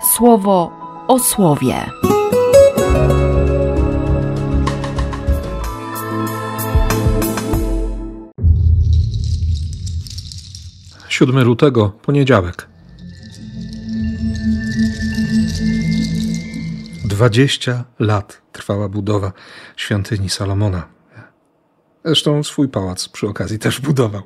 Słowo o słowie. Siódmy lutego, poniedziałek. 20 lat trwała budowa świątyni Salomona. Zresztą swój pałac przy okazji też budował.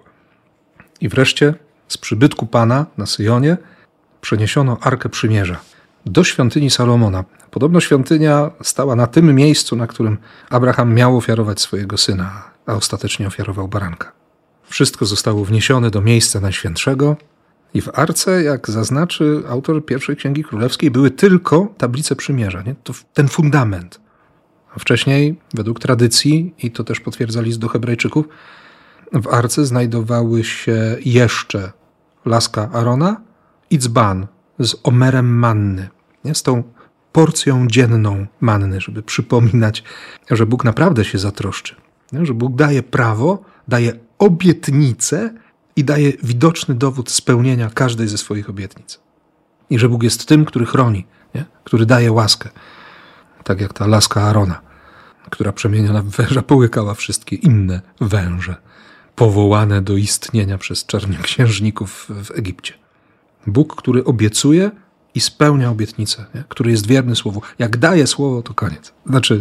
I wreszcie z przybytku Pana na Syjonie przeniesiono Arkę Przymierza do świątyni Salomona. Podobno świątynia stała na tym miejscu, na którym Abraham miał ofiarować swojego syna, a ostatecznie ofiarował baranka. Wszystko zostało wniesione do miejsca najświętszego i w Arce, jak zaznaczy autor pierwszej Księgi Królewskiej, były tylko tablice przymierza, nie? To ten fundament. A wcześniej, według tradycji, i to też potwierdza list do Hebrajczyków, w Arce znajdowały się jeszcze laska Arona i dzban z omerem manny, nie? Z tą porcją dzienną manny, żeby przypominać, że Bóg naprawdę się zatroszczy, nie? Że Bóg daje prawo, daje obietnicę i daje widoczny dowód spełnienia każdej ze swoich obietnic. I że Bóg jest tym, który chroni, nie? Który daje łaskę. Tak jak ta laska Arona, która przemieniona w węża połykała wszystkie inne węże, powołane do istnienia przez czarnoksiężników w Egipcie. Bóg, który obiecuje i spełnia obietnicę, nie? Który jest wierny słowu. Jak daje słowo, to koniec. Znaczy,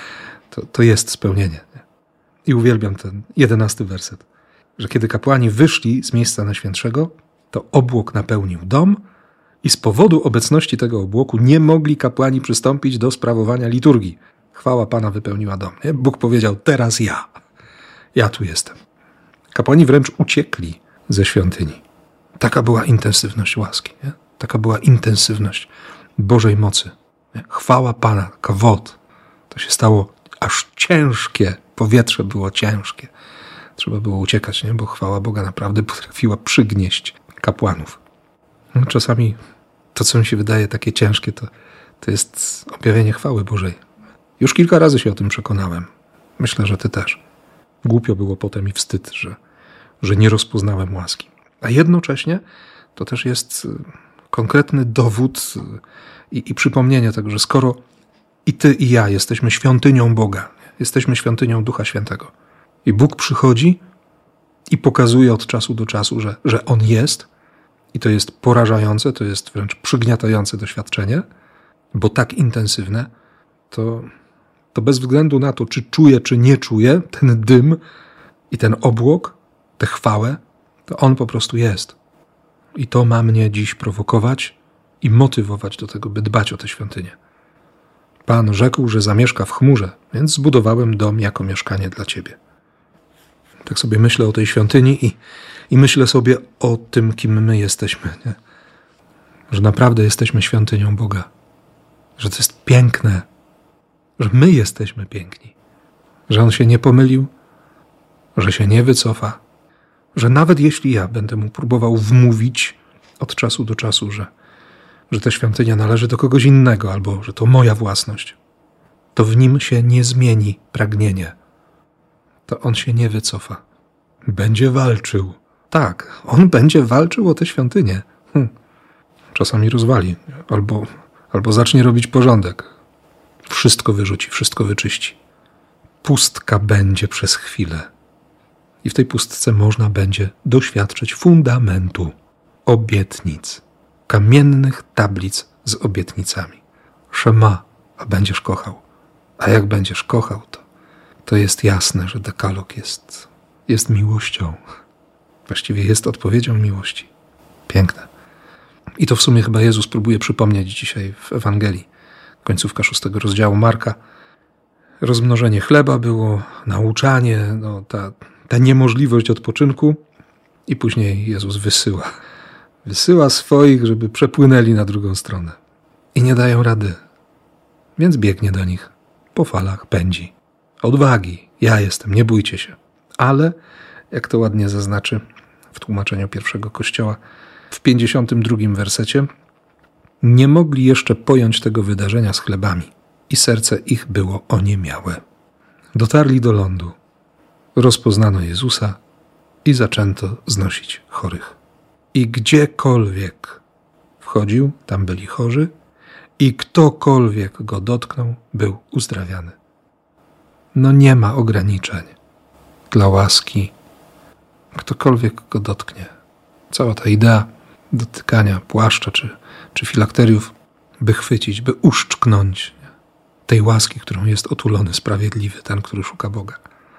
to jest spełnienie. Nie? I uwielbiam ten 11 werset, że kiedy kapłani wyszli z miejsca najświętszego, to obłok napełnił dom i z powodu obecności tego obłoku nie mogli kapłani przystąpić do sprawowania liturgii. Chwała Pana wypełniła dom. Nie? Bóg powiedział, teraz ja tu jestem. Kapłani wręcz uciekli ze świątyni. Taka była intensywność łaski. Nie? Taka była intensywność Bożej mocy. Nie? Chwała Pana, kawod. To się stało aż ciężkie. Powietrze było ciężkie. Trzeba było uciekać, nie? Bo chwała Boga naprawdę potrafiła przygnieść kapłanów. No, czasami to, co mi się wydaje takie ciężkie, to jest objawienie chwały Bożej. Już kilka razy się o tym przekonałem. Myślę, że ty też. Głupio było potem i wstyd, że nie rozpoznałem łaski. A jednocześnie to też jest konkretny dowód i przypomnienie tego, że skoro i ty, i ja jesteśmy świątynią Boga, jesteśmy świątynią Ducha Świętego i Bóg przychodzi i pokazuje od czasu do czasu, że On jest i to jest porażające, to jest wręcz przygniatające doświadczenie, bo tak intensywne, to bez względu na to, czy czuję, czy nie czuję, ten dym i ten obłok, tę chwałę, to On po prostu jest. I to ma mnie dziś prowokować i motywować do tego, by dbać o tę świątynię. Pan rzekł, że zamieszka w chmurze, więc zbudowałem dom jako mieszkanie dla Ciebie. Tak sobie myślę o tej świątyni i myślę sobie o tym, kim my jesteśmy. Nie? Że naprawdę jesteśmy świątynią Boga. Że to jest piękne. Że my jesteśmy piękni. Że On się nie pomylił. Że się nie wycofa. Że nawet jeśli ja będę Mu próbował wmówić od czasu do czasu, że ta świątynia należy do kogoś innego albo że to moja własność, to w Nim się nie zmieni pragnienie. To On się nie wycofa. Będzie walczył. Tak, On będzie walczył o tę świątynię. Czasami rozwali albo zacznie robić porządek. Wszystko wyrzuci, wszystko wyczyści. Pustka będzie przez chwilę. I w tej pustce można będzie doświadczyć fundamentu obietnic. Kamiennych tablic z obietnicami. Szema, a będziesz kochał. A jak będziesz kochał, to jest jasne, że dekalog jest miłością. Właściwie jest odpowiedzią miłości. Piękne. I to w sumie chyba Jezus próbuje przypomnieć dzisiaj w Ewangelii. Końcówka 6 rozdziału Marka. Rozmnożenie chleba było, nauczanie, ta niemożliwość odpoczynku i później Jezus wysyła swoich, żeby przepłynęli na drugą stronę. I nie dają rady. Więc biegnie do nich. Po falach pędzi. Odwagi. Ja jestem, nie bójcie się. Ale, jak to ładnie zaznaczy w tłumaczeniu pierwszego Kościoła, w 52 wersecie, nie mogli jeszcze pojąć tego wydarzenia z chlebami i serce ich było oniemiałe. Dotarli do lądu. Rozpoznano Jezusa i zaczęto znosić chorych. I gdziekolwiek wchodził, tam byli chorzy i ktokolwiek go dotknął, był uzdrawiany. No nie ma ograniczeń dla łaski. Ktokolwiek go dotknie. Cała ta idea dotykania płaszcza czy filakteriów, by chwycić, by uszczknąć tej łaski, którą jest otulony sprawiedliwy, ten, który szuka Boga.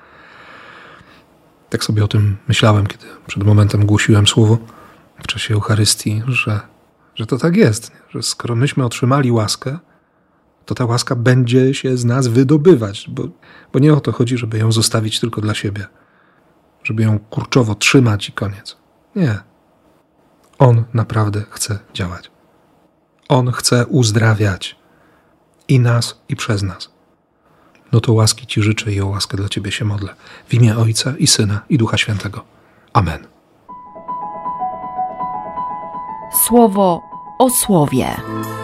Tak sobie o tym myślałem, kiedy przed momentem głosiłem słowo w czasie Eucharystii, że to tak jest, że skoro myśmy otrzymali łaskę, to ta łaska będzie się z nas wydobywać, bo nie o to chodzi, żeby ją zostawić tylko dla siebie, żeby ją kurczowo trzymać i koniec. Nie. On naprawdę chce działać. On chce uzdrawiać i nas, i przez nas. No to łaski Ci życzę i o łaskę dla Ciebie się modlę. W imię Ojca i Syna i Ducha Świętego. Amen. Słowo o słowie.